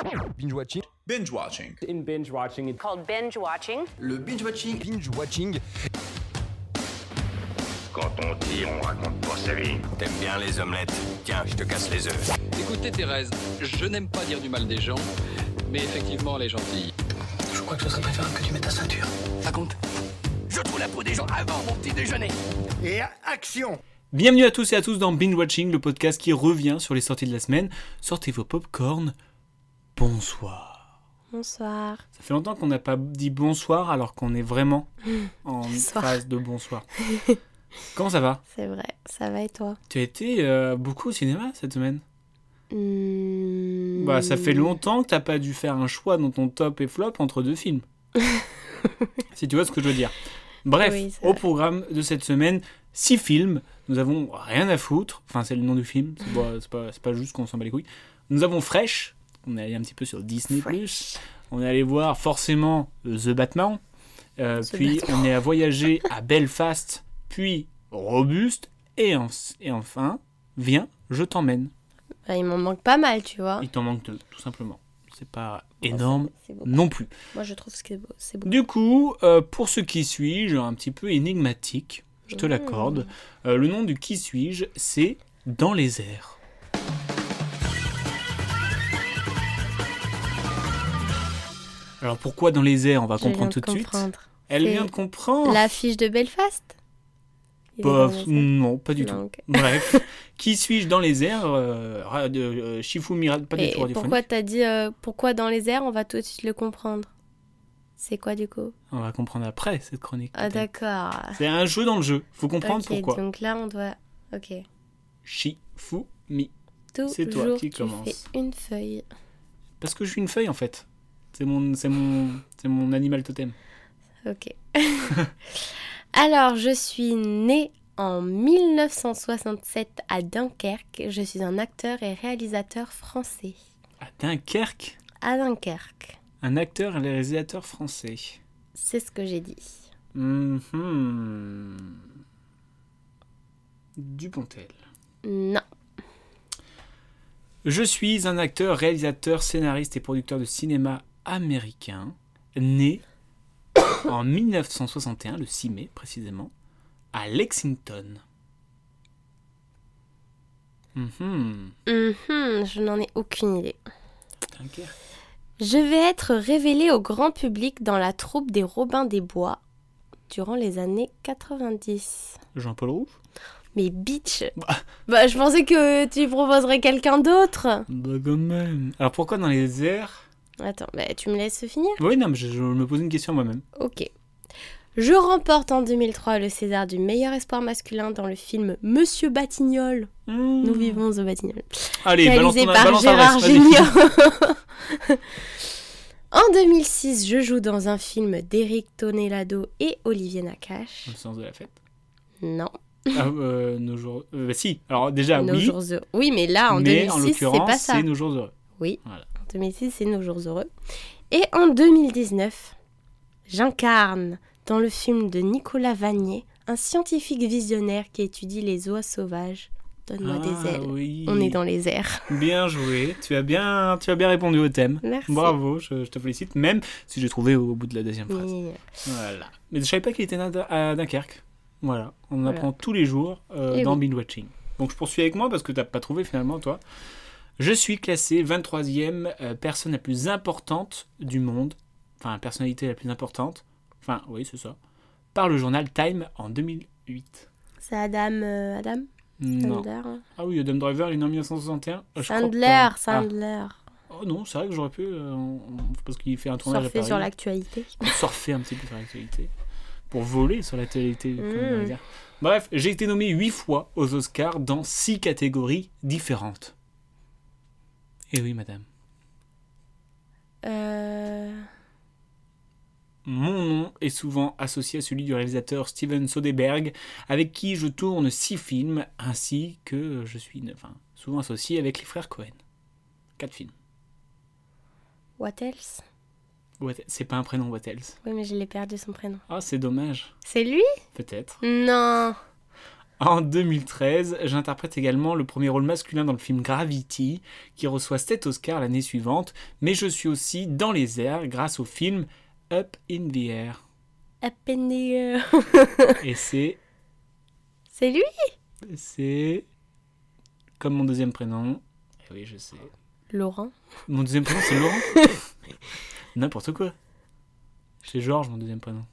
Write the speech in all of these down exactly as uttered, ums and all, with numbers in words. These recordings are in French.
Binge watching. Binge watching. In binge watching, it's called binge watching. Le binge watching. Binge watching. Quand on tire, on raconte pas sa vie. T'aimes bien les omelettes? Tiens, je te casse les œufs. Écoutez Thérèse, je n'aime pas dire du mal des gens, mais effectivement elle est gentille. Je crois que ce serait préférable que tu mettes ta ceinture. Raconte. Je trouve la peau des gens avant mon petit déjeuner. Et action! Bienvenue à tous et à tous dans Binge Watching, le podcast qui revient sur les sorties de la semaine. Sortez vos popcorn. Bonsoir. Bonsoir. Ça fait longtemps qu'on n'a pas dit bonsoir alors qu'on est vraiment en Bonsoir. phase de bonsoir. Comment ça va? C'est vrai, ça va et toi? Tu as été euh, beaucoup au cinéma cette semaine? mmh... Bah ça fait longtemps que t'as pas dû faire un choix dans ton top et flop entre deux films. Si tu vois ce que je veux dire. Bref, oui, au programme de cette semaine, six films. Nous avons Rien à foutre. Enfin, c'est le nom du film. C'est pas, c'est pas, c'est pas juste qu'on s'en bat les couilles. Nous avons Fresh. On est allé un petit peu sur Disney plus. On est allé voir forcément The Batman. Euh, The puis Batman. on est à voyager à Belfast. Puis Robuste. Et, en, et enfin, viens, je t'emmène. Bah, il m'en manque pas mal, tu vois. Il t'en manque deux, tout simplement. C'est pas énorme C'est beau. non plus. Moi, je trouve que c'est beau. C'est beau. Du coup, euh, pour ce qui suis-je, un petit peu énigmatique, je te Mmh. l'accorde. Euh, le nom du qui suis-je, c'est Dans les airs. Alors pourquoi Dans les airs? On va Je viens comprendre de tout de suite. comprendre. Elle C'est vient de comprendre. L'affiche de Belfast. Il est Bah, dans les airs. non, pas du Non, tout. ok. Bref, qui suis-je dans les airs euh, ra- de, euh, Shifumi, ra- pas du Et tout radiophonique. pourquoi t'as dit euh, pourquoi dans les airs? On va tout de suite le comprendre. C'est quoi du coup? On va comprendre après cette chronique. Ah peut-être. d'accord. C'est un jeu dans le jeu. Faut comprendre Ok, pourquoi. donc là on doit. Ok. Shifumi. Toujours C'est toi qui tu commence. fais une feuille. Parce que je suis une feuille en fait. C'est mon, c'est mon, c'est mon animal totem. Ok. Alors, je suis née en mille neuf cent soixante-sept à Dunkerque. Je suis un acteur et réalisateur français. À Dunkerque, À Dunkerque. un acteur et réalisateur français. C'est ce que j'ai dit. Mhm. Dupontel. Non. Je suis un acteur, réalisateur, scénariste et producteur de cinéma américain, né en mille neuf cent soixante et un, le six mai précisément, à Lexington. Mhm. Mhm, je n'en ai aucune idée. Dunkerque. Je vais être révélée au grand public dans la troupe des Robins des Bois durant les années quatre-vingt-dix. Jean-Paul Rouve. Mais bitch, Bah. bah, je pensais que tu proposerais quelqu'un d'autre. Bah quand même. Alors pourquoi dans les airs? Attends, bah, tu me laisses finir? Oui, non, mais je, je me pose une question moi-même. Ok. Je remporte en deux mille trois le César du meilleur espoir masculin dans le film Monsieur Batignolles. Mmh. Nous vivons au Batignolles. Allez, balance Réalisé ton par balance Gérard l'adresse, vas-y. Jugnot. En deux mille six, je joue dans un film d'Éric Tonelado et Olivier Nakache. Dans le sens de la fête. Non. Ah, euh, nos jours... euh, bah, si, alors déjà, Nos oui. jours heureux. Oui, mais là, en mais en deux mille six, c'est l'occurrence, pas ça. c'est Nos jours heureux. Oui, Voilà. en deux mille six, c'est Nos jours heureux. Et en deux mille dix-neuf, j'incarne dans le film de Nicolas Vanier un scientifique visionnaire qui étudie les oies sauvages. Donne-moi Ah, des ailes. oui. On est dans les airs. Bien joué, tu as bien, tu as bien répondu au thème. Merci. Bravo, je, je te félicite, même si j'ai trouvé au bout de la deuxième phrase. Oui. Voilà. Mais je savais pas qu'il était né à Dunkerque. Voilà, on en Voilà. apprend tous les jours euh, Et dans oui. Binge Watching. Donc je poursuis avec moi parce que t'as pas trouvé finalement toi. Je suis classé vingt-troisième euh, personne la plus importante du monde, enfin personnalité la plus importante, enfin oui c'est ça, par le journal Time en deux mille huit. C'est Adam... euh, Adam Non. Sandler hein. Ah oui, Adam Driver, il est né en mille neuf cent soixante et un. Euh, je crois Sandler, pas. Ah. Sandler. Oh non, c'est vrai que j'aurais pu, euh, on- on- parce qu'il fait un tournage à Surfer Paris. sur l'actualité. Surfer un petit peu sur l'actualité. Pour voler sur l'actualité, comme on va Mm. dire. Bref, j'ai été nommé huit fois aux Oscars dans six catégories différentes. Et oui, madame. Euh... Mon nom est souvent associé à celui du réalisateur Steven Soderbergh, avec qui je tourne six films, ainsi que je suis enfin, souvent associé avec les frères Cohen. Quatre films. What else? What- C'est pas un prénom, What else? Oui, mais je l'ai perdu son prénom. Ah, c'est dommage. C'est lui? Peut-être. Non. En deux mille treize, j'interprète également le premier rôle masculin dans le film Gravity, qui reçoit sept Oscars l'année suivante, mais je suis aussi dans les airs grâce au film Up in the Air. Up in the air. Et c'est... C'est lui? C'est... Comme mon deuxième prénom. Eh oui, je sais. Laurent. Mon deuxième prénom, c'est Laurent. N'importe quoi. C'est Georges, mon deuxième prénom.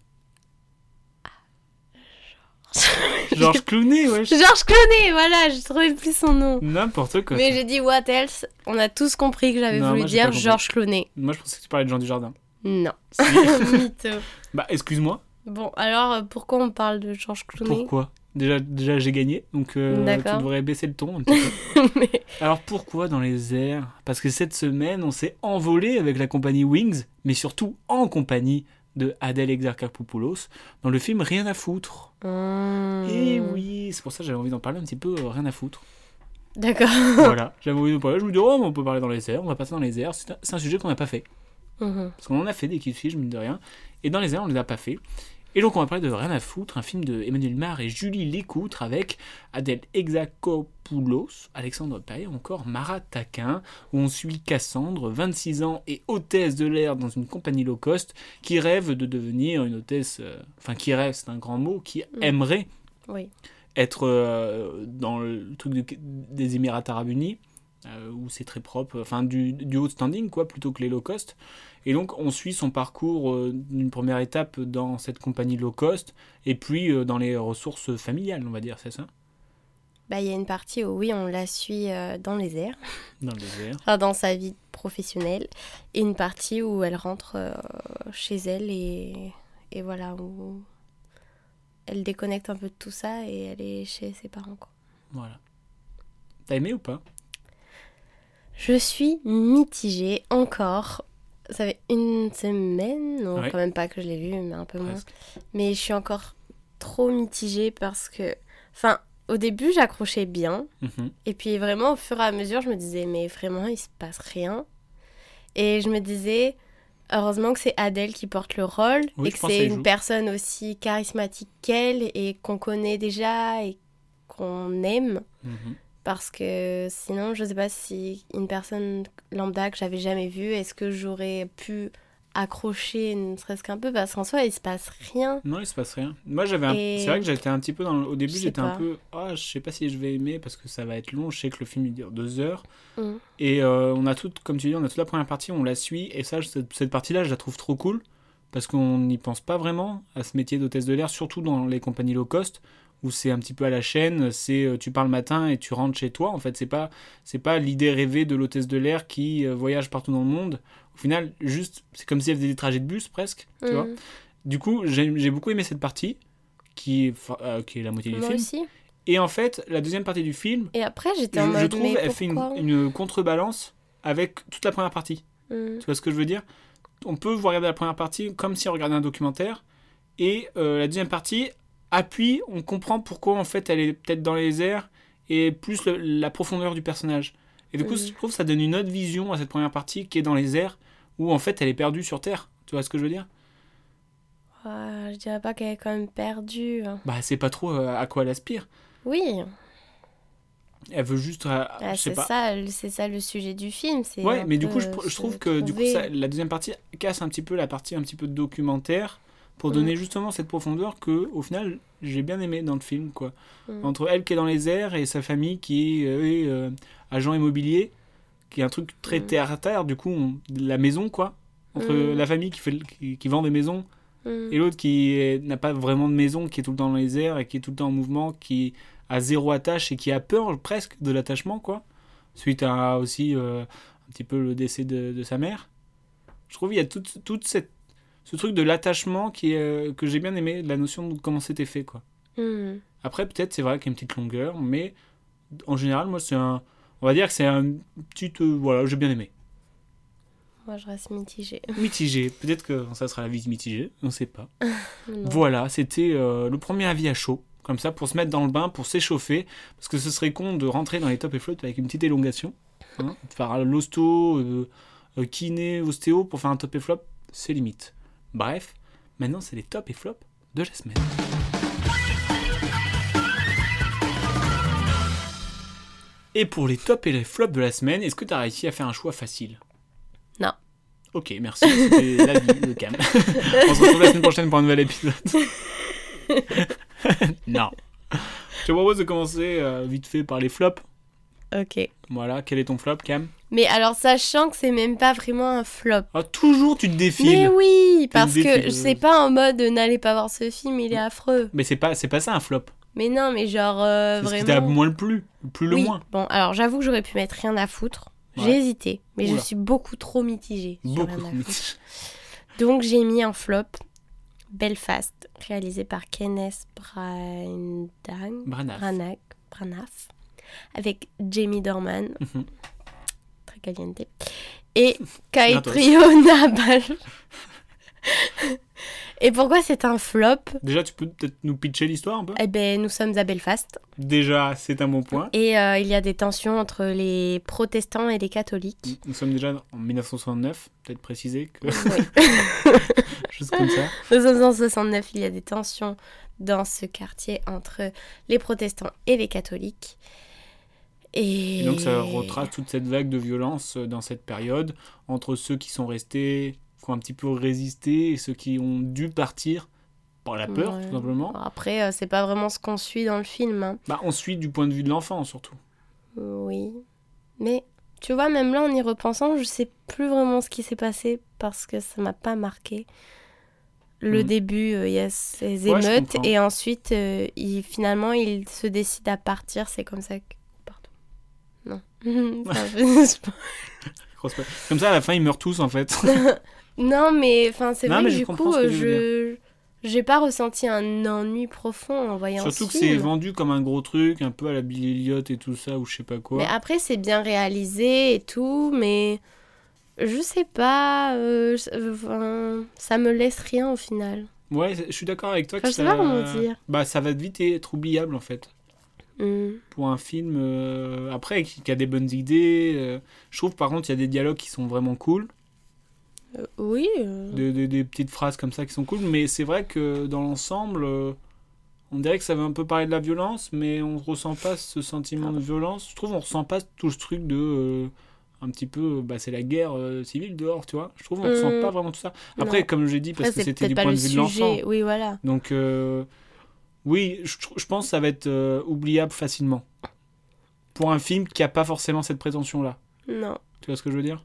Georges Clooney, ouais. Georges Clooney, voilà, je trouvais plus son nom. N'importe quoi. Mais j'ai dit what else? On a tous compris que j'avais Non, voulu moi, j'ai pas dire compris. Georges Clooney. Moi, je pensais que tu parlais de Jean Dujardin. Non. Si. Mytho. Bah, excuse-moi. Bon, alors euh, pourquoi on parle de Georges Clooney? Pourquoi déjà, déjà, j'ai gagné, donc euh, D'accord. tu devrais baisser le ton un petit peu. Mais- Alors, pourquoi dans les airs? Parce que cette semaine, on s'est envolé avec la compagnie Wings, mais surtout en compagnie de Adèle Exarchopoulos dans le film Rien à foutre. Mmh. Et oui, c'est pour ça que j'avais envie d'en parler un petit peu, euh, rien à foutre. D'accord. Voilà, j'avais envie d'en parler. Je me dis, oh, on peut parler dans les airs, on va passer dans les airs. C'est un, c'est un sujet qu'on n'a pas fait. Mhm. Parce qu'on en a fait des kiff-fiches, mine de rien. Et dans les airs, on ne les a pas fait. Et donc, on va parler de Rien à foutre, un film de Emmanuel Mar et Julie Lécoutre avec Adèle Exarchopoulos, Alexandre Paye, encore Marat Taquin, où on suit Cassandre, vingt-six ans et hôtesse de l'air dans une compagnie low cost, qui rêve de devenir une hôtesse. euh, Enfin, qui rêve, c'est un grand mot, qui Mm. aimerait Oui. être euh, dans le truc de- des Émirats Arabes Unis, euh, où c'est très propre, enfin du, du haut standing, quoi, plutôt que les low cost. Et donc, on suit son parcours euh, d'une première étape dans cette compagnie low cost, et puis euh, dans les ressources familiales, on va dire, c'est ça? Bah, il y a une partie où, oui, on la suit euh, dans les airs, Dans les airs. enfin, dans sa vie professionnelle, et une partie où elle rentre euh, chez elle et, et voilà, où elle déconnecte un peu de tout ça et elle est chez ses parents, quoi. Voilà. T'as aimé ou pas? Je suis mitigée encore. Ça fait une semaine, non, Ouais. quand même pas que je l'ai vu, mais un peu moins. Presque. Mais je suis encore trop mitigée parce que, enfin, au début, j'accrochais bien. Mhm. Et puis vraiment, au fur et à mesure, je me disais, mais vraiment, il se passe rien. Et je me disais, heureusement que c'est Adèle qui porte le rôle Oui, et je que pense c'est qu'elle une joue. personne aussi charismatique qu'elle et qu'on connaît déjà et qu'on aime. Mhm. Parce que sinon, je sais pas si une personne lambda que j'avais jamais vue, est-ce que j'aurais pu accrocher ne serait-ce qu'un peu? Parce qu'en soi, il se passe rien. Non, il se passe rien. Moi, j'avais un... Et- c'est vrai que j'étais un petit peu dans le... Au début, Je sais j'étais un pas. peu... Ah, je sais pas si je vais aimer parce que ça va être long. Je sais que le film, il dure deux heures. Mm. Et euh, on a tout, comme tu dis, on a toute la première partie, on la suit. Et ça, cette, cette partie-là, je la trouve trop cool. Parce qu'on n'y pense pas vraiment à ce métier d'hôtesse de l'air, surtout dans les compagnies low cost, où c'est un petit peu à la chaîne, c'est euh, tu pars le matin et tu rentres chez toi. En fait, c'est pas, c'est pas l'idée rêvée de l'hôtesse de l'air qui euh, voyage partout dans le monde. Au final, juste, c'est comme si elle faisait des trajets de bus presque, tu Mm. vois. Du coup, j'ai, j'ai beaucoup aimé cette partie, qui est, fa- euh, qui est la moitié du Moi film. aussi. Et en fait, la deuxième partie du film, Et après, j'étais je, en je mode, trouve, mais elle fait une, pourquoi une contrebalance avec toute la première partie. Mm. Tu vois ce que je veux dire? On peut regarder la première partie comme si on regardait un documentaire, et euh, la deuxième partie appuie, on comprend pourquoi en fait elle est peut-être dans les airs, et plus le- la profondeur du personnage. Et du coup, Mhm. je trouve que ça donne une autre vision à cette première partie qui est dans les airs, où en fait elle est perdue sur Terre. Tu vois ce que je veux dire? Ouais, je dirais pas qu'elle est quand même perdue. hein. Bah, c'est pas trop euh, à quoi elle aspire. Oui, Elle veut juste, euh, ah, je sais c'est pas. ça, le- c'est ça le sujet du film. C'est Ouais, un mais du peu, coup, je, euh, je se trouve que du coup, trouver. ça- la deuxième partie casse un petit peu la partie un petit peu documentaire pour Mm. donner justement cette profondeur que, au final, j'ai bien aimé dans le film, quoi. Mm. Entre elle qui est dans les airs et sa famille qui est euh, est, euh, agent immobilier, qui est un truc très Mm. terre à terre, du coup, on- la maison, quoi. Entre Mm. la famille qui, fait, le- qui, qui vend des maisons Mm. et l'autre qui est- n'a pas vraiment de maison, qui est tout le temps dans les airs et qui est tout le temps en mouvement, qui a zéro attache et qui a peur presque de l'attachement, quoi. Suite à aussi euh, un petit peu le décès de, de sa mère. Je trouve qu'il y a toute, toute cette, ce truc de l'attachement qui est, euh, que j'ai bien aimé, la notion de comment c'était fait, quoi. Mm. Après, peut-être, c'est vrai qu'il y a une petite longueur, mais en général, moi, c'est un... On va dire que c'est un petit... euh, voilà, j'ai bien aimé. Moi, je reste mitigée. Mitigé. Peut-être que ça sera la vie mitigée, on sait pas. Non. Voilà, c'était euh, le premier avis à chaud. Comme ça, pour se mettre dans le bain, pour s'échauffer. Parce que ce serait con de rentrer dans les top et flops avec une petite élongation. Hein, faire l'hosto, euh, euh, kiné, ostéo pour faire un top et flop, c'est limite. Bref, maintenant, c'est les top et flops de la semaine. Et pour les tops et les flops de la semaine, est-ce que tu as réussi à faire un choix facile ? Non. Ok, merci. C'était l'avis de Cam. On se retrouve la semaine prochaine pour un nouvel épisode. Non. Je te propose de commencer euh, vite fait par les flops. Ok. Voilà, quel est ton flop, Cam ? Mais alors, sachant que c'est même pas vraiment un flop. Ah, toujours tu te défiles. Mais oui, parce Une que défi- c'est pas en mode euh, n'allez pas voir ce film, il est affreux. Mais c'est pas, c'est pas ça un flop. Mais non, mais genre euh, C'est ce qui vraiment. t'a moins le plus. Le plus le Oui. moins. Bon, alors j'avoue que j'aurais pu mettre rien à foutre. Ouais. J'ai hésité, mais Oula. je suis beaucoup trop mitigée. sur Beaucoup. rien à foutre. Donc j'ai mis en flop Belfast, réalisé par Kenneth Branagh, Branagh. Branagh, Branagh, avec Jamie Dornan, Mhm. très caliente, et Gratos. Caitriona Balfe. Et pourquoi c'est un flop ? Déjà, tu peux peut-être nous pitcher l'histoire un peu ? Eh ben, nous sommes à Belfast Déjà, c'est un bon point. et euh, il y a des tensions entre les protestants et les catholiques. Nous sommes déjà en dix-neuf cent soixante-neuf, peut-être préciser que... Oui. Juste comme ça. En mille neuf cent soixante-neuf, il y a des tensions dans ce quartier entre les protestants et les catholiques. Et, Et donc ça retrace toute cette vague de violence euh, dans cette période, entre ceux qui sont restés, qui ont un petit peu résisté, et ceux qui ont dû partir par la peur, Ouais. tout simplement. Après, euh, c'est pas vraiment ce qu'on suit dans le film. Hein. Bah, on suit du point de vue de l'enfant, surtout. Oui. Mais tu vois, même là, en y repensant, je sais plus vraiment ce qui s'est passé parce que ça m'a pas marqué. Le Mhm. début, euh, il y a ces Ouais, je émeutes comprends. et ensuite, euh, il, finalement, il se décide à partir. C'est comme ça que... Pardon. Non. C'est un peu- Grosse peur. Comme ça, à la fin, ils meurent tous, en fait. non, mais enfin, c'est Non, vrai mais que je du comprends coup, ce que euh, tu veux je... J'ai pas ressenti un ennui profond en voyant Surtout ce que c'est film. vendu comme un gros truc, un peu à la Billy Elliot et tout ça, ou je sais pas quoi. Mais après, c'est bien réalisé et tout, mais je sais pas, euh, je- euh, enfin, ça me laisse rien au final. Ouais, je suis d'accord avec toi que Enfin, je sais ça... pas comment dire. Bah, ça va vite être oubliable, en fait. Hmm. Pour un film, euh, après, qui, qui a des bonnes idées. euh, je trouve, par contre, il y a des dialogues qui sont vraiment cool. Euh, oui. euh, de- de- des petites phrases comme ça qui sont cool, mais c'est vrai que dans l'ensemble, euh, on dirait que ça veut un peu parler de la violence, mais on ressent pas ce sentiment de violence. Je trouve on ressent pas tout ce truc de euh, un petit peu, bah, c'est la guerre euh, civile dehors, tu vois. Je trouve on Mm. ressent pas vraiment tout ça. Après, Non. comme j'ai dit, parce Après, que c'est c'était peut-être du pas point le de vue de l'enfant. sujet. Oui, voilà. Donc, euh, oui, je, je pense que ça va être euh, oubliable facilement. Pour un film qui a pas forcément cette prétention-là. Non. Tu vois ce que je veux dire ?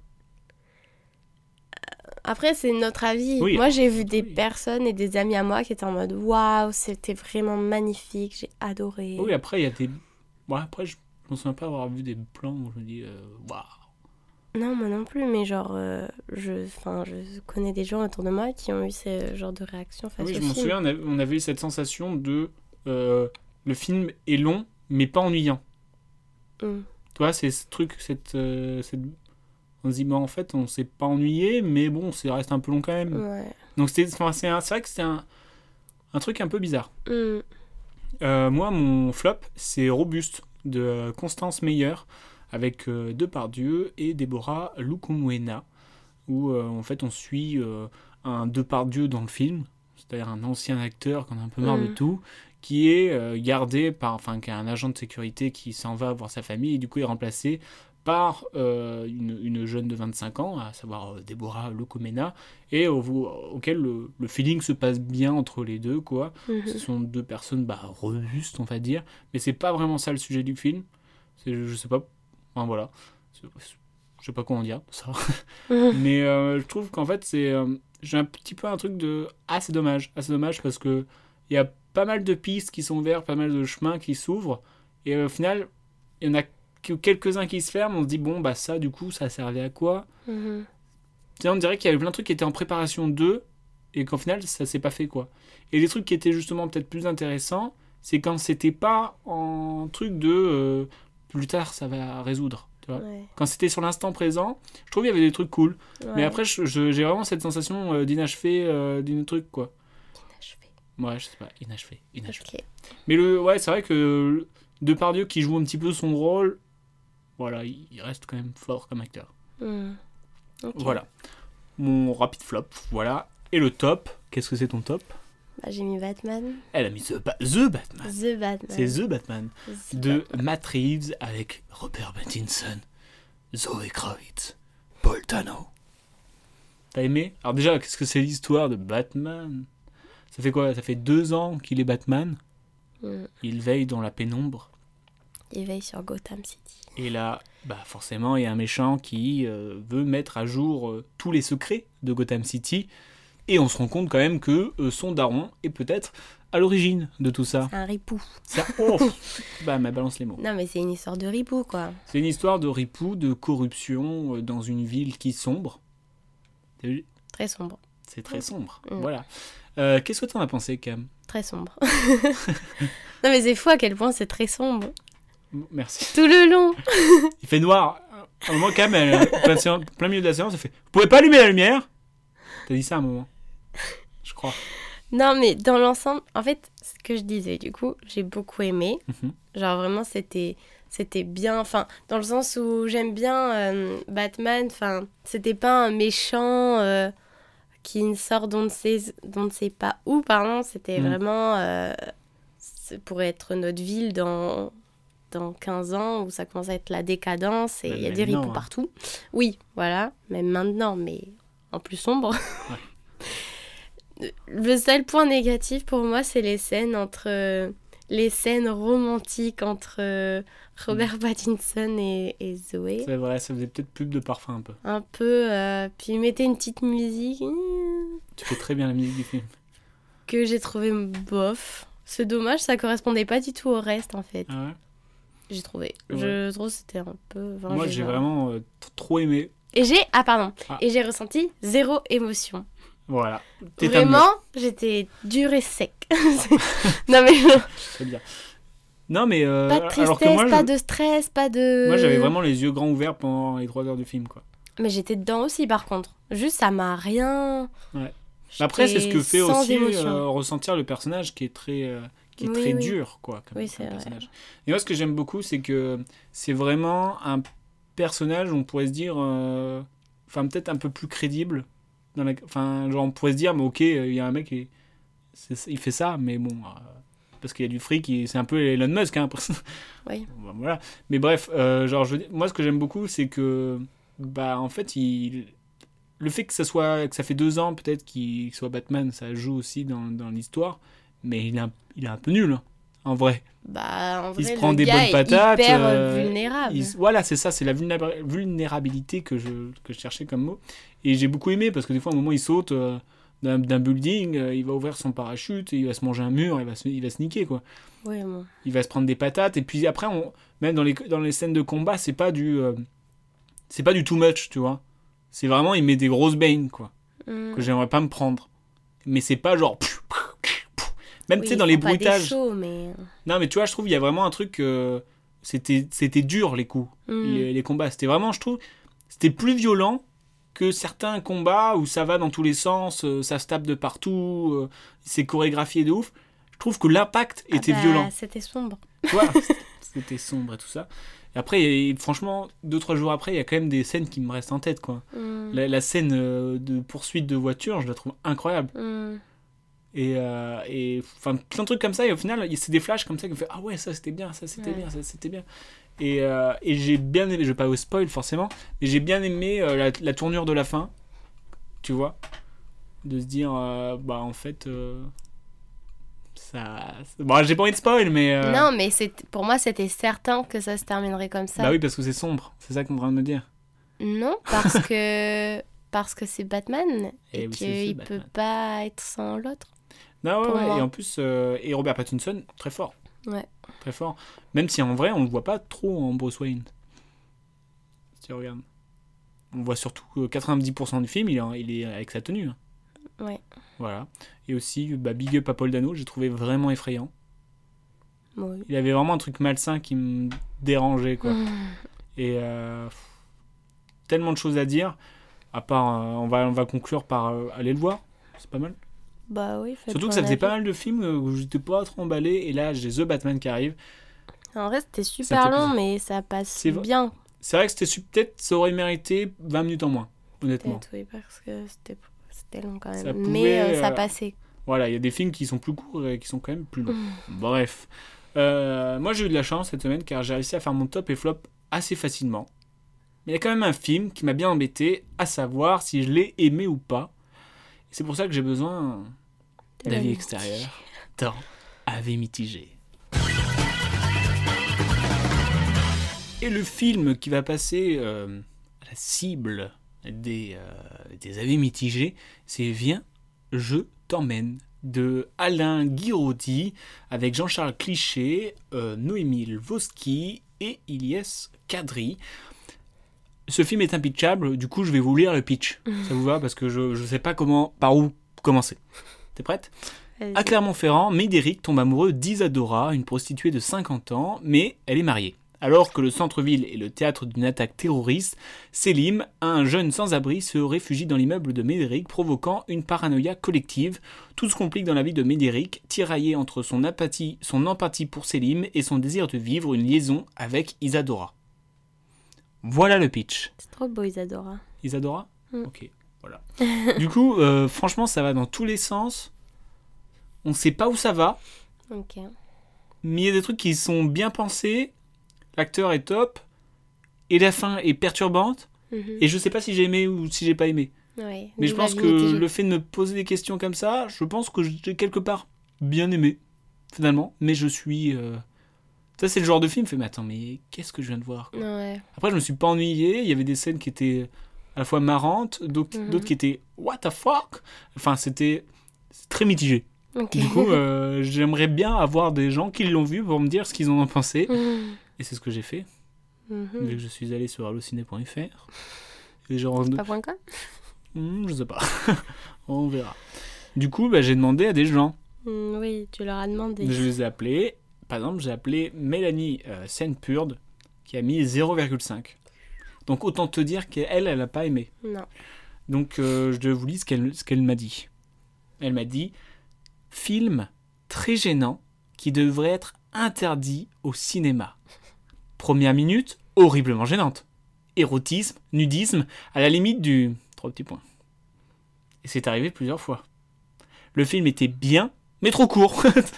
Après, c'est notre avis. Oui, Moi, j'ai vu des oui. personnes et des amis à moi qui étaient en mode waouh, c'était vraiment magnifique, j'ai adoré. Oui, après, il y a des... Bon, après, je ne me souviens pas avoir vu des plans où je me dis, euh, waouh. Non, moi non plus, mais genre, euh, je, enfin, je connais des gens autour de moi qui ont eu ce genre de réaction face Oui, au je m'en film. souviens, on avait, on avait eu cette sensation de... euh, le film est long, mais pas ennuyant. Mm. Tu vois, c'est ce truc, cette... euh, cette... On se dit, bah, en fait, on s'est pas ennuyé, mais bon, ça reste un peu long quand même. Ouais. Donc, c'était, enfin, c'est, un- c'est vrai que c'était un, un truc un peu bizarre. Mm. Euh, moi, mon flop, c'est Robuste, de euh, Constance Meyer, avec euh, Depardieu et Deborah Lukumwena, où euh, en fait on suit euh, un Depardieu dans le film, c'est-à-dire un ancien acteur qu'on a un peu marre de Mm. tout, qui est euh, gardé par, enfin, qui est un agent de sécurité qui s'en va voir sa famille et du coup est remplacé par euh, une, une jeune de vingt-cinq ans, à savoir euh, Deborah Lukumwena, et au, auquel le, le feeling se passe bien entre les deux, quoi. Mhm. Ce sont deux personnes bah, robustes, on va dire, mais c'est pas vraiment ça le sujet du film. C'est, je sais pas, enfin voilà, C'est- je sais pas comment dire ça. Mhm. Mais euh, je trouve qu'en fait, c'est, euh, j'ai un petit peu un truc de ah c'est dommage, ah c'est dommage parce que il y a pas mal de pistes qui sont ouvertes, pas mal de chemins qui s'ouvrent, et euh, au final, il y en a que quelques-uns qui se ferment. On se dit bon bah ça du coup ça servait à quoi? Mhm. Tu sais, on dirait qu'il y avait plein de trucs qui étaient en préparation d'eux et qu'au final ça s'est pas fait quoi. Et les trucs qui étaient justement peut-être plus intéressants, c'est quand c'était pas en truc de euh, plus tard ça va résoudre. Tu vois. Ouais. Quand c'était sur l'instant présent, je trouve qu'il y avait des trucs cool. Ouais. Mais après je- je- j'ai vraiment cette sensation euh, d'inachevé euh, d'une truc quoi. Inachevé. Ouais je sais pas, inachevé, inachevé. Ok. Mais le, ouais c'est vrai que Depardieu qui joue un petit peu son rôle, voilà il, il reste quand même fort comme acteur. Mm. Ok. Voilà. Mon rapide flop, voilà. Et le top, qu'est-ce que c'est ton top? Bah, j'ai mis Batman. Elle a mis The, ba- The Batman. The Batman. C'est The Batman. The De Batman. Matt Reeves avec Robert Pattinson, Zoe Kravitz, Paul Dano. T'as aimé? Alors déjà, qu'est-ce que c'est l'histoire de Batman? Ça fait quoi? Ça fait deux ans qu'il est Batman. Mm. Il veille dans la pénombre. Il veille sur Gotham City. Et là, bah forcément, il y a un méchant qui euh, veut mettre à jour euh, tous les secrets de Gotham City. Et on se rend compte quand même que euh, son daron est peut-être à l'origine de tout ça. C'est un ripou. Ça, oh, bah, mais balance les mots. Non, mais c'est une histoire de ripou, quoi. C'est une histoire de ripou, de corruption euh, dans une ville qui sombre. T'as vu? Très sombre. C'est très sombre. Mm. Voilà. Euh, qu'est-ce que t'en as pensé, Cam? Très sombre. Non, mais c'est fou à quel point c'est très sombre. Merci. Tout le long. Il fait noir. À un moment, Cam, elle, plein, de séance- plein milieu de la séance, elle fait « Vous pouvez pas allumer la lumière ?» T'as dit ça à un moment. Je crois. Non, mais dans l'ensemble, en fait, ce que je disais, du coup, j'ai beaucoup aimé. Mhm. Genre, vraiment, c'était, c'était bien. Enfin, dans le sens où j'aime bien euh, Batman. Enfin, c'était pas un méchant euh, qui sort d'on ne sait, d'on ne sait pas où, pardon. C'était Mhm. vraiment. Euh, ça pourrait être notre ville dans, dans quinze ans où ça commence à être la décadence et Même il y a des maintenant, ripoux hein. partout. Oui, voilà, même maintenant, mais en plus sombre. Le seul point négatif pour moi, c'est les scènes entre euh, les scènes romantiques entre euh, Robert Pattinson et, et Zoé. C'est vrai, ça faisait peut-être pub de parfum un peu. Un peu, euh, puis il mettait une petite musique euh, Tu fais très bien la musique du film. que j'ai trouvé bof. C'est dommage, ça correspondait pas du tout au reste en fait. Ah ouais. J'ai trouvé. Ouais. Je trouve que c'était un peu. enfin, Moi, je- j'ai vraiment euh, t- trop aimé. Et j'ai ah pardon. Ah. Et j'ai ressenti zéro émotion. Voilà. T'es un Vraiment, mur. j'étais dure et sec. Non mais Très bien. Non, mais. euh, pas de tristesse, alors que moi, pas je- de stress, pas de. moi, j'avais vraiment les yeux grands ouverts pendant les trois heures du film, quoi. Mais j'étais dedans aussi, par contre. Juste, ça m'a rien. Ouais. Après, c'est ce que fait J'étais sans aussi émotion. euh, ressentir le personnage qui est très, euh, qui est Oui, très oui. dur, quoi, comme, Oui, comme c'est vrai. personnage. Et moi, ce que j'aime beaucoup, c'est que c'est vraiment un personnage, on pourrait se dire, euh, enfin, peut-être un peu plus crédible. Dans la... Enfin, genre, on pourrait se dire, mais ok, il y a un mec, qui... c'est- il fait ça, mais bon, euh, parce qu'il y a du fric, il- c'est un peu Elon Musk, hein, après. Oui. Bon, voilà. Mais bref, euh, genre, je veux dire- moi, ce que j'aime beaucoup, c'est que, bah, en fait, il... le fait que ça soit, que ça fait deux ans peut-être qu'il soit Batman, ça joue aussi dans, dans l'histoire, mais il est un, il est un peu nul, hein, en vrai. Bah, en vrai, Il se prend le des gars bonnes est patates. hyper euh, vulnérable. il se- voilà, c'est ça, c'est la vulnéra- vulnérabilité que je, que je cherchais comme mot. Et j'ai beaucoup aimé parce que des fois, à un moment, il saute euh, d'un, d'un building, euh, il va ouvrir son parachute, et il va se manger un mur, il va se, il va se niquer, quoi. Oui, bon. Il va se prendre des patates, et puis après, on, même dans les, dans les scènes de combat, c'est pas du, euh, c'est pas du too much, tu vois. C'est vraiment, il met des grosses bains, quoi, Mm. que j'aimerais pas me prendre. Mais c'est pas genre. Même, Oui, tu sais, dans ils les font pas des bruitages. shows, mais... Non, mais tu vois, je trouve il y a vraiment un truc. euh, c'était, c'était dur, les coups, Mm. les, les combats. C'était vraiment, je trouve, c'était plus violent que certains combats où ça va dans tous les sens, euh, ça se tape de partout, euh, c'est chorégraphié de ouf. Je trouve que l'impact Ah était bah, violent. C'était sombre. Tu vois, c'était sombre et tout ça. Et après, et franchement, deux, trois jours après, il y a quand même des scènes qui me restent en tête, quoi. Mm. La, la scène euh, de poursuite de voiture, je la trouve incroyable. Mm. Et, euh, et enfin, plein de trucs comme ça, et au final, c'est des flashs comme ça qui me fait ah ouais, ça c'était bien, ça c'était Ouais. bien, ça c'était bien. Et, euh, et j'ai bien aimé, je vais pas au spoil forcément, mais j'ai bien aimé euh, la, la tournure de la fin, tu vois, de se dire, euh, bah en fait, euh, ça. Bon, j'ai pas envie de spoil, mais. euh, Non, mais c'est... pour moi, c'était certain que ça se terminerait comme ça. Bah oui, parce que c'est sombre, c'est ça qu'on est en train de me dire. Non, parce que... parce que c'est Batman Eh et oui, c'est- c'est qu'il peut Batman. pas être sans l'autre. Non, ouais, Pour ouais, moi. et en plus, euh, et Robert Pattinson, très fort. Ouais. Très fort. Même si en vrai, on le voit pas trop en Bruce Wayne. Si tu regardes. On voit surtout que quatre-vingt-dix pour cent du film, il est, il est avec sa tenue. hein. Ouais. Voilà. Et aussi, bah, big up à Paul Dano, j'ai trouvé vraiment effrayant. Bon, oui. Il avait vraiment un truc malsain qui me dérangeait, quoi. Mm. Et euh, tellement de choses à dire. À part, euh, on, va, on va conclure par euh, aller le voir. C'est pas mal. Bah oui, faites Surtout que ton ça faisait avis. pas mal de films où j'étais pas trop emballé. Et là, j'ai The Batman qui arrive. En vrai, c'était Ça super fait long, plaisir. mais ça passe C'est vrai. bien. C'est vrai que c'était su- peut-être ça aurait mérité vingt minutes en moins, honnêtement. Peut-être, oui, parce que c'était c'était long quand Ça même. pouvait, Mais euh, ça euh, passait. Voilà, il y a des films qui sont plus courts et qui sont quand même plus longs. Bref. Euh, moi, j'ai eu de la chance cette semaine car j'ai réussi à faire mon top et flop assez facilement. Mais il y a quand même un film qui m'a bien embêté, à savoir si je l'ai aimé ou pas. Et c'est pour ça que j'ai besoin De d'avis l'avis extérieur dans Avis mitigé. Et le film qui va passer euh, à la cible des, euh, des avis mitigés, c'est Viens, je t'emmène de Alain Guiraudy avec Jean-Charles Cliché, euh, Noémie Lvovsky et Ilyes Kadri. Ce film est impitchable, du coup je vais vous lire le pitch. Ça vous va? Parce que je ne sais pas comment, par où commencer. T'es prête? Vas-y. À Clermont-Ferrand, Médéric tombe amoureux d'Isadora, une prostituée de cinquante ans, mais elle est mariée. Alors que le centre-ville est le théâtre d'une attaque terroriste, Selim, un jeune sans-abri, se réfugie dans l'immeuble de Médéric, provoquant une paranoïa collective. Tout se complique dans la vie de Médéric, tiraillé entre son apathie, son empathie pour Selim et son désir de vivre une liaison avec Isadora. Voilà le pitch. C'est trop beau, Isadora. Isadora ? Mm. Ok, voilà. Du coup, euh, franchement, ça va dans tous les sens. On ne sait pas où ça va, Ok. mais il y a des trucs qui sont bien pensés. L'acteur est top. Et la fin est perturbante. Mhm. Et je sais pas si j'ai aimé ou si j'ai pas aimé. Ouais, Mais je vive pense la que vie mitigée. le fait de me poser des questions comme ça, je pense que j'ai quelque part bien aimé, finalement. Mais je suis... euh, Ça, c'est le genre de film, fait, mais attends, mais qu'est-ce que je viens de voir, quoi. Ouais. Après, je me suis pas ennuyé. Il y avait des scènes qui étaient à la fois marrantes, d'autres, Mhm. d'autres qui étaient what the fuck. Enfin, c'était c'est très mitigé. Ok. Du coup, euh, j'aimerais bien avoir des gens qui l'ont vu pour me dire ce qu'ils en ont pensé. Mhm. Et c'est ce que j'ai fait, Mhm. vu que je suis allé sur allociné point f r. Et genre, Pas point com. Hmm, je sais pas. On verra. Du coup, bah, j'ai demandé à des gens. Mm, oui, tu leur as demandé. Je les ai appelés. Par exemple, j'ai appelé Mélanie euh, Senpurde, qui a mis zéro virgule cinq. Donc autant te dire qu'elle, elle n'a pas aimé. Non. Donc euh, je vous lis ce qu'elle, ce qu'elle m'a dit. Elle m'a dit « Film très gênant qui devrait être interdit au cinéma. Première minute, horriblement gênante. Érotisme, nudisme, à la limite du... Trois petits points. Et c'est arrivé plusieurs fois. Le film était bien, mais trop court.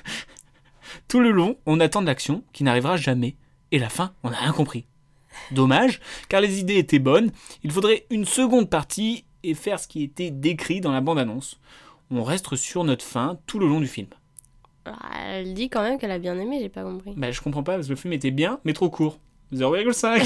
Tout le long, on attend de l'action qui n'arrivera jamais. Et la fin, on n'a rien compris. Dommage, car les idées étaient bonnes. Il faudrait une seconde partie et faire ce qui était décrit dans la bande-annonce. On reste sur notre fin tout le long du film. Ah, elle dit quand même qu'elle a bien aimé, j'ai pas compris. Bah, je comprends pas, parce que le film était bien, mais trop court. zéro virgule cinq.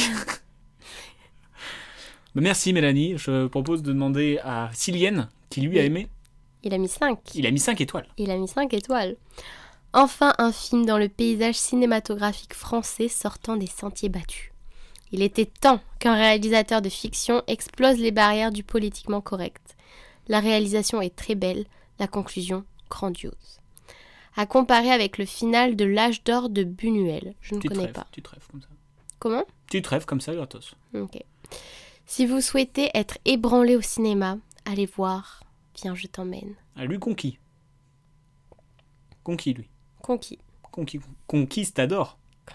Bah, merci Mélanie. Je propose de demander à Silienne, qui lui a Oui. aimé. Il a mis cinq. Il a mis cinq étoiles. Il a mis cinq étoiles. Enfin, un film dans le paysage cinématographique français sortant des sentiers battus. Il était temps qu'un réalisateur de fiction explose les barrières du politiquement correct. La réalisation est très belle, la conclusion grandiose. À comparer avec le final de L'Âge d'or de Buñuel. Je ne Petite connais rêve, pas. petite rêve comme ça. Comment ? Petite rêve comme ça, gratos. Ok. Si vous souhaitez être ébranlé au cinéma, allez voir Viens, je t'emmène. Ah, lui, conquis. Conquis, lui. Conquis. Conquis, conquistador.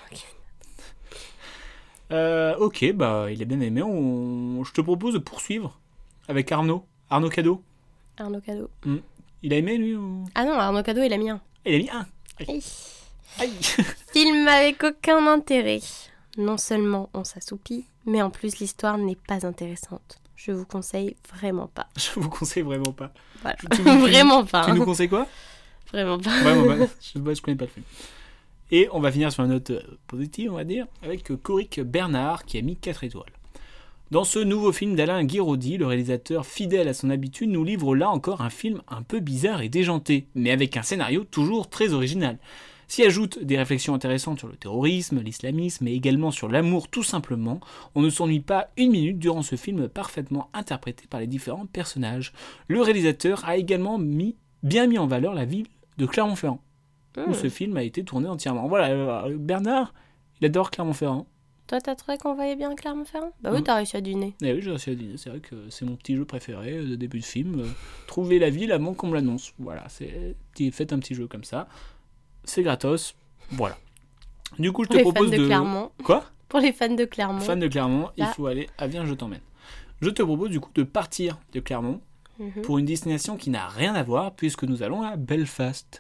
Euh, ok, bah, il est bien aimé. On... Je te propose de poursuivre avec Arnaud. Arnaud Cadeau. Arnaud Cadeau. Il a aimé, lui ou... Ah non, Arnaud Cadeau, il a mis un. Il a mis un. Aïe. Aïe. Film avec aucun intérêt. Non seulement on s'assoupit, mais en plus l'histoire n'est pas intéressante. Je vous conseille vraiment pas. Je vous conseille vraiment pas. Voilà. Tu- tu- vraiment pas. Tu hein. nous conseilles quoi? Vraiment pas. Vraiment pas. Je, moi, je connais pas le film. Et on va finir sur une note euh, positive, on va dire, avec euh, Coric Bernard qui a mis quatre étoiles. Dans ce nouveau film d'Alain Guiraudy, le réalisateur fidèle à son habitude nous livre là encore un film un peu bizarre et déjanté, mais avec un scénario toujours très original. S'y ajoutent des réflexions intéressantes sur le terrorisme, l'islamisme et également sur l'amour tout simplement. On ne s'ennuie pas une minute durant ce film parfaitement interprété par les différents personnages. Le réalisateur a également mis, bien mis en valeur la ville de Clermont-Ferrand, où Hmm. ce film a été tourné entièrement. Voilà, euh, Bernard, il adore Clermont-Ferrand. Toi, t'as trouvé qu'on voyait bien Clermont-Ferrand ? Bah oui, Mm. t'as réussi à deviner. Et oui, j'ai réussi à dire, c'est vrai que c'est mon petit jeu préféré euh, de début de film. euh, trouver la ville avant qu'on me l'annonce. Voilà, c'est, petit- faites un petit jeu comme ça. C'est gratos. Voilà. Du coup, je Pour te les fans propose de de... Clermont. Quoi? Pour les fans de Clermont. Fan de Clermont, il Là. faut aller à Viens, je t'emmène. Je te propose du coup de partir de Clermont Mhm. pour une destination qui n'a rien à voir puisque nous allons à Belfast.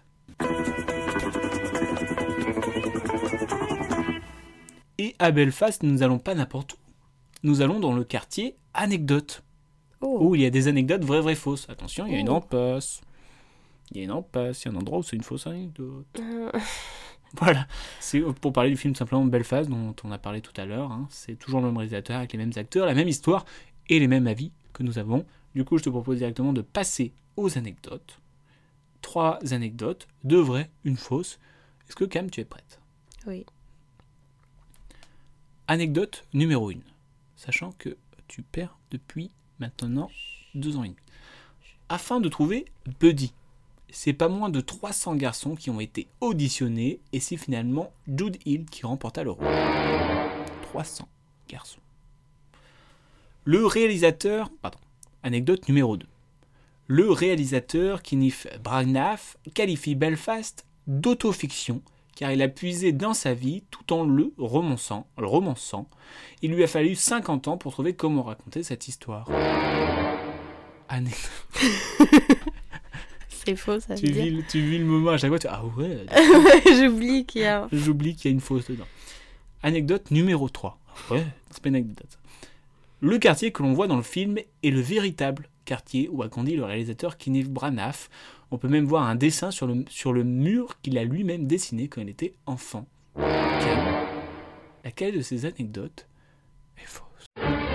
Et à Belfast, nous n'allons pas n'importe où. Nous allons dans le quartier Anecdote, Oh. où il y a des anecdotes vraies, vraies, fausses. Attention, il y a une Oh. impasse. Il y a une impasse, il y a un endroit où c'est une fausse anecdote. Euh, Voilà, c'est pour parler du film simplement Belfast dont on a parlé tout à l'heure. Hein. C'est toujours le même réalisateur avec les mêmes acteurs, la même histoire et les mêmes avis que nous avons. Du coup, je te propose directement de passer aux anecdotes. Trois anecdotes, deux vraies, une fausse. Est-ce que Cam, tu es prête? Oui. Anecdote numéro un. Sachant que tu perds depuis maintenant deux ans et demi. Afin de trouver Buddy, c'est pas moins de trois cents garçons qui ont été auditionnés et c'est finalement Jude Hill qui remporta le rôle. trois cents garçons. Le réalisateur... Pardon. Anecdote numéro deux. Le réalisateur Kenneth Branagh qualifie Belfast d'autofiction car il a puisé dans sa vie tout en le romançant, le romançant. Il lui a fallu cinquante ans pour trouver comment raconter cette histoire. Anecdote... C'est faux, ça veut Tu dire. vis, le- tu vis le moment à chaque fois, tu ah ouais, J'oublie qu'il y a... j'oublie qu'il y a une fausse dedans. Anecdote numéro trois. Ouais, c'est pas une anecdote. Le quartier que l'on voit dans le film est le véritable quartier où a grandi le réalisateur Kenneth Branagh. On peut même voir un dessin sur le, sur le mur qu'il a lui-même dessiné quand il était enfant. Cam, laquelle de ces anecdotes est fausse?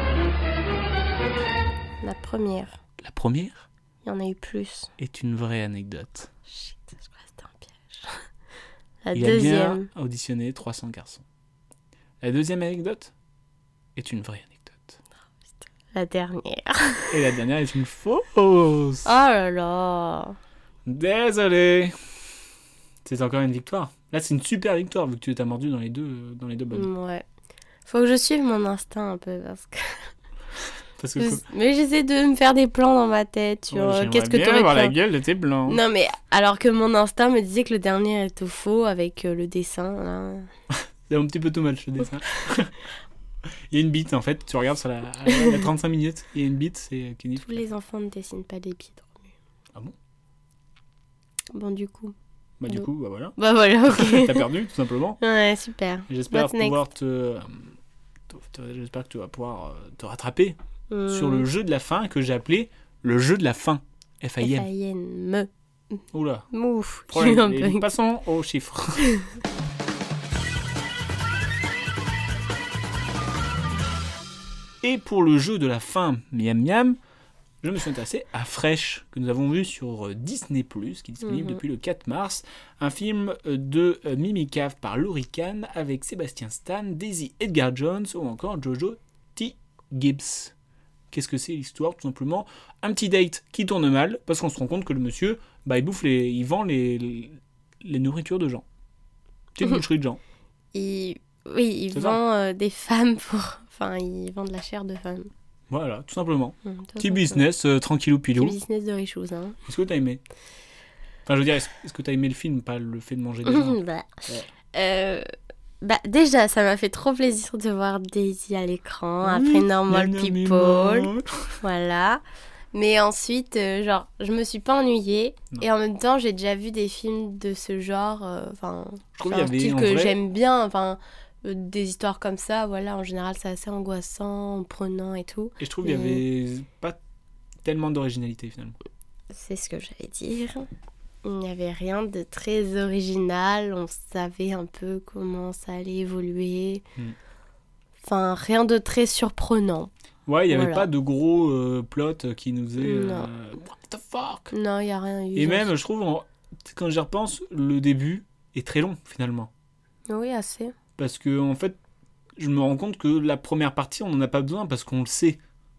La première. La première Il y en a eu plus. est une vraie anecdote. Shit, je crois que c'était un piège. La Il deuxième. a bien auditionné trois cents garçons. La deuxième anecdote est une vraie anecdote. La dernière. Et la dernière est une fausse. Oh là là. Désolé. C'est encore une victoire. Là, c'est une super victoire vu que tu t'as mordu dans les deux, dans les deux bonnes. Ouais. Faut que je suive mon instinct un peu parce que... Parce que Mais j'essaie de me faire des plans dans ma tête sur Ouais, euh, j'aimerais qu'est-ce que bien t'aurais avoir pu... la gueule de tes blancs. Non mais alors que mon instinct me disait que le dernier était faux avec euh, le dessin là. C'est un petit peu too much le dessin. Il y a une bite en fait. Tu regardes sur la, à la trente-cinq minutes. Il y a une bite, c'est Kenny. Tous les enfants ne dessinent pas des pieds dormus. Ah bon? Bon du coup. Bah du Non. coup, bah voilà. Bah voilà, ok. T'as perdu tout simplement. Ouais, super. J'espère What's next? pouvoir te, euh, te- te- j'espère que tu vas pouvoir euh, te rattraper Hmm. sur le jeu de la fin que j'ai appelé le jeu de la fin. F I M. F I N M. Oula. Ouf. j'ai Problème. eu un Et bug. passons aux chiffres. Et pour le jeu de la fin, miam miam, je me suis intéressé à Fresh, que nous avons vu sur euh, Disney plus, qui est disponible Mhm. depuis le quatre mars. Un film euh, de euh, Mimi Cave par Laurie Kahn avec Sébastien Stan, Daisy Edgar Jones ou encore Jojo T. Gibbs. Qu'est-ce que c'est l'histoire? Tout simplement un petit date qui tourne mal parce qu'on se rend compte que le monsieur, bah, il bouffe les, il vend les, les, les nourritures de gens. C'est une boucherie de gens. Il... Oui, il C'est ça. vend euh, des femmes pour... Enfin, il vend de la chair de femmes. Voilà, tout simplement. Hum, tout Petit simplement. business, euh, tranquillou pilou. Petit business de richouse, hein. Est-ce que t'as aimé? Enfin, je veux dire, est-ce, est-ce que t'as aimé le film, pas le fait de manger des gens? bah. Ouais. Euh, bah, déjà, ça m'a fait trop plaisir de voir Daisy à l'écran, après Oui, Normal miam, miam, People, miam. voilà. Mais ensuite, euh, genre, je me suis pas ennuyée, Non. et en même temps, j'ai déjà vu des films de ce genre, euh, enfin, Je trouve c'est qu'il y un avait, style en que vrai- j'aime bien, enfin, euh, des histoires comme ça, voilà, en général, c'est assez angoissant, prenant et tout. Et je trouve qu'il y avait pas tellement d'originalité finalement. C'est ce que j'allais dire. Il n'y avait rien de très original. On savait un peu comment ça allait évoluer. Mm. Enfin, rien de très surprenant. Ouais, il n'y avait Voilà. pas de gros euh, plot qui nous est. euh, Non. What the fuck? Non, il n'y a rien eu. Et même, je trouve, en- quand j'y repense, le début est très long finalement. Oui, assez. Parce que, en fait, je me rends compte que la première partie, on n'en a pas besoin parce qu'on le sait.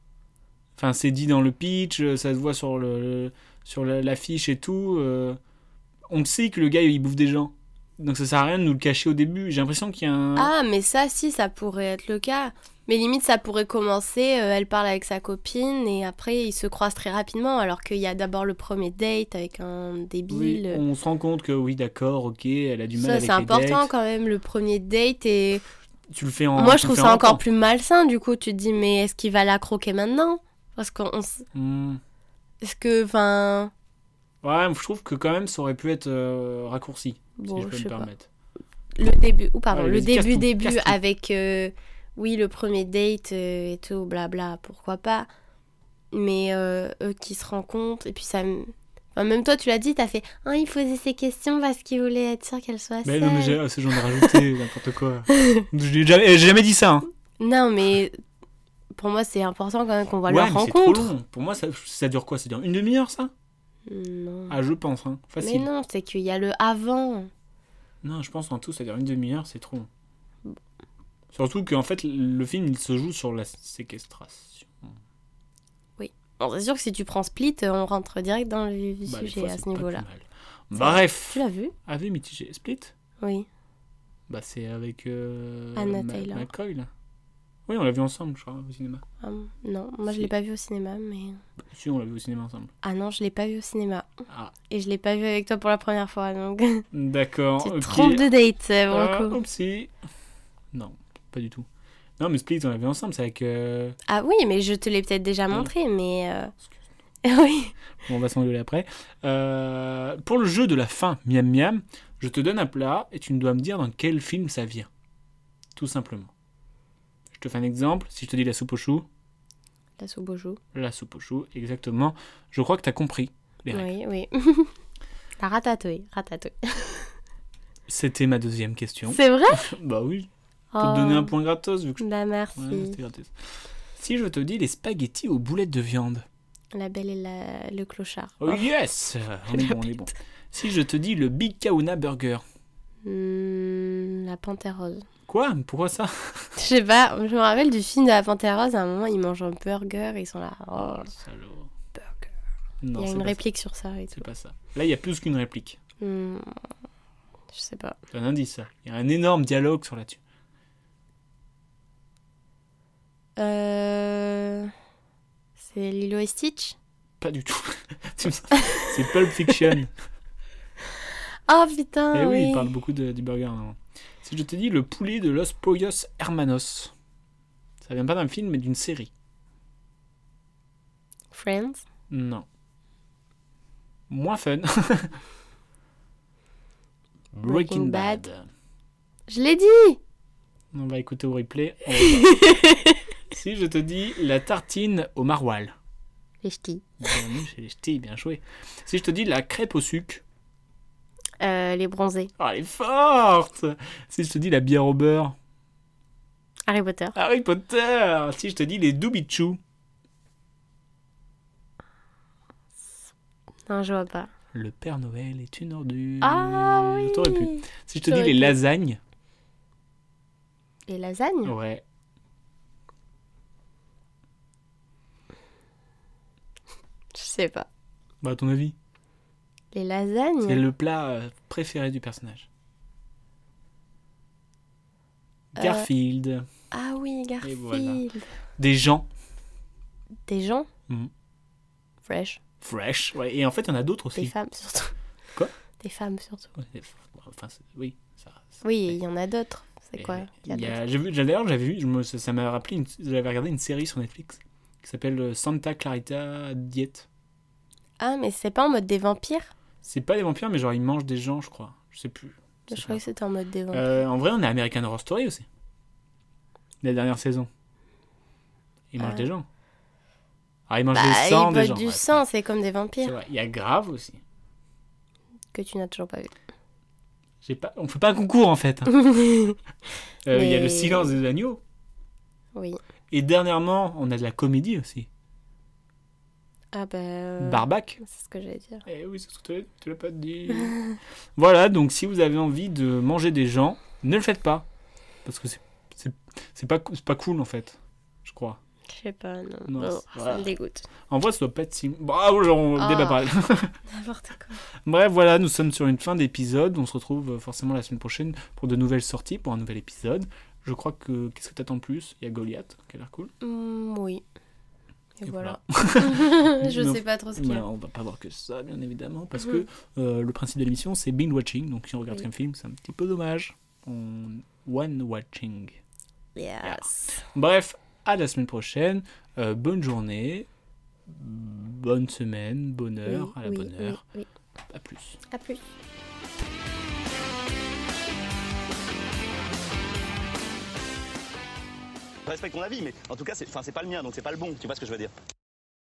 Enfin, c'est dit dans le pitch, euh, ça se voit sur, le, sur la- l'affiche et tout. euh, on le sait que le gars, il bouffe des gens. Donc ça sert à rien de nous le cacher au début. J'ai l'impression qu'il y a un... Ah, mais ça, si, ça pourrait être le cas. Mais limite, ça pourrait commencer, euh, elle parle avec sa copine, et après, ils se croisent très rapidement, alors qu'il y a d'abord le premier date avec un Oui, débile. on se rend compte que oui, d'accord, ok, elle a du mal Ça, avec c'est les important dates. quand même, le premier date, et... Tu le fais en... Moi, tu je le trouve fais ça en encore temps. plus malsain, du coup. Tu te dis, mais est-ce qu'il va la croquer maintenant? Parce qu'on... on s- Hmm. Est-ce que, enfin... Ouais, je trouve que quand même, ça aurait pu être euh, raccourci, Bon, si je peux je me sais pas. permettre. Le début, ou pardon, Ouais, le vas-y, casse début, tout, début, casse tout. avec, euh, oui, le premier date euh, et tout, blabla, pourquoi pas. Mais euh, eux qui se rencontrent, et puis ça... me- Enfin, même toi, tu l'as dit, t'as fait « Ah, il posait ces questions parce qu'il voulait être sûr qu'elle soit Mais seule. non, mais j'ai, c'est genre de rajouter n'importe quoi. J'ai jamais, j'ai jamais dit ça. Hein. Non, mais pour moi, c'est important quand même qu'on voit Ouais, leur mais c'est trop rencontre. long. Pour moi, ça, ça dure quoi? Ça dure une demi-heure, ça? Non. Ah, je pense, hein. mais Facile. non, c'est qu'il y a le avant. Non, je pense en tout, ça dure une demi-heure, c'est trop long. Surtout qu'en fait, le film, il se joue sur la séquestration. Bon, c'est sûr que si tu prends Split, on rentre direct dans le vif du Bah, des sujet fois, à c'est ce pas niveau-là. plus mal. Bref. Tu l'as vu? Avis mitigé. Split? Oui. Bah, c'est avec euh, Anna Ma- Taylor. McCoy, là. Oui, on l'a vu ensemble, je crois, au cinéma. Ah, non, moi je Si. l'ai pas vu au cinéma, mais... Bah, si, on l'a vu au cinéma ensemble. Ah non, je l'ai pas vu au cinéma. Ah, Et je l'ai pas vu avec toi pour la première fois, donc... d'accord. tu te ok. trompes de date, euh, pour Ah, le coup. oupsie. Non, pas du tout. Non, mais Split, on l'a vu ensemble, c'est avec... euh, Ah oui, mais je te l'ai peut-être déjà Oui. montré, mais... euh, oui. On va s'engueuler après. Euh, pour le jeu de la fin, miam miam, je te donne un plat et tu dois me dire dans quel film ça vient. Tout simplement. Je te fais un exemple. Si je te dis la soupe aux choux, La soupe au chou. la soupe aux choux, exactement. Je crois que tu as compris les règles. Oui, oui. La ratatouille, ratatouille. C'était ma deuxième question. C'est vrai? Bah oui, pour te donner un point gratos vu que je... Bah merci. Ouais, c'était gratos. Si je te dis les spaghettis aux boulettes de viande. La belle et la... le clochard. Oh yes, on est bon, on est bon. Si je te dis le Big Kahuna Burger. Hmm, la panthère rose. Quoi? Pourquoi ça? Je sais pas, je me rappelle du film de la panthère rose, à un moment ils mangent un burger et ils sont là. Oh, Oh, salaud. burger. Non, Il y a c'est une pas réplique sur ça et ça. tout. C'est pas ça. Là, il y a plus qu'une réplique. Hmm, je sais pas. C'est un indice, ça. Il y a un énorme dialogue sur là-dessus. Euh... C'est Lilo et Stitch? Pas du tout. C'est Pulp Fiction. Oh putain, Eh oui, oui. il parle beaucoup de, du burger. Non. Si je te dis le poulet de Los Pollos Hermanos, ça vient pas d'un film, mais d'une série. Friends? Non. Moins fun. Breaking Bad. Bad. Je l'ai dit! On va écouter au replay. On va voir. Si je te dis la tartine au maroilles. Les ch'tis. Bienvenue chez les ch'tis, bien joué. Si je te dis la crêpe au sucre. Euh, les bronzés. Oh, elle est forte! Si je te dis la bière au beurre. Harry Potter. Harry Potter! Si je te dis les doubichous. Non, je vois pas. Le Père Noël est une ordure. Ah oui! T'aurais pu. Si je te dis J'aurais les pu. lasagnes. Les lasagnes? Ouais. Je sais pas. Bah, à ton avis? Les lasagnes? C'est le plat euh, préféré du personnage. Euh, Garfield. Ah oui, Garfield. voilà. Des gens. Des gens? Mhm. Fresh. Fresh. Ouais. Et en fait, il y en a d'autres Des aussi. femmes surtout. Quoi? Des femmes surtout. Ouais, des- Enfin, c'est- oui. Ça, ça- Oui, il y en a d'autres. C'est Et quoi? il y d'autres a, j'ai vu, j'ai- D'ailleurs, j'avais vu, je me, ça, ça m'a rappelé, une, j'avais regardé une série sur Netflix qui s'appelle euh, Santa Clarita Diet. Ah, mais c'est pas en mode des vampires? C'est pas des vampires, mais genre ils mangent des gens, je crois. Je sais plus. Je sais croyais pas. que c'était en mode des vampires. Euh, en vrai, on a American Horror Story aussi. La dernière saison. Ils mangent Ah. des gens. Ah, ils mangent Bah, des sangs ils des boivent gens. du ouais, sang, c'est comme des c'est vampires. vrai. Il y a Grave aussi. Que tu n'as toujours pas vu. J'ai pas... On fait pas un concours en fait. hein. Euh, Il y a Mais- Le Silence des agneaux. Oui. Et dernièrement, on a de la comédie aussi. Ah bah... euh, Barbac. C'est ce que j'allais dire. Eh oui, c'est ce que tu l'as- tu l'as pas dit. Voilà, donc si vous avez envie de manger des gens, ne le faites pas. Parce que c'est, c'est, c'est, pas, c'est pas cool en fait, je crois. Je sais pas, non. Non, Oh, c'est- ça voilà. me dégoûte. En vrai, ça doit pas être si... Bravo, genre, on Ah. débat pareil. N'importe quoi. Bref, voilà, nous sommes sur une fin d'épisode. On se retrouve euh, forcément la semaine prochaine pour de nouvelles sorties, pour un nouvel épisode. Je crois que... Qu'est-ce que t'attends de plus? Il y a Goliath, qui a l'air cool. Hmm, oui. Et, Et voilà. voilà. Je Non. sais pas trop ce qu'il y Mais a. on va pas voir que ça, bien évidemment, parce Mhm. que euh, le principe de l'émission, c'est binge watching. Donc si on regarde Oui. un film, c'est un petit peu dommage. On... One watching. Yes. Bref, à la semaine prochaine. Euh, bonne journée. bonne semaine, bonne heure, Oui, à la oui, bonne heure. oui, À plus. À plus. Je respecte ton avis, mais en tout cas, c'est, enfin, c'est pas le mien, donc c'est pas le bon. Tu vois ce que je veux dire?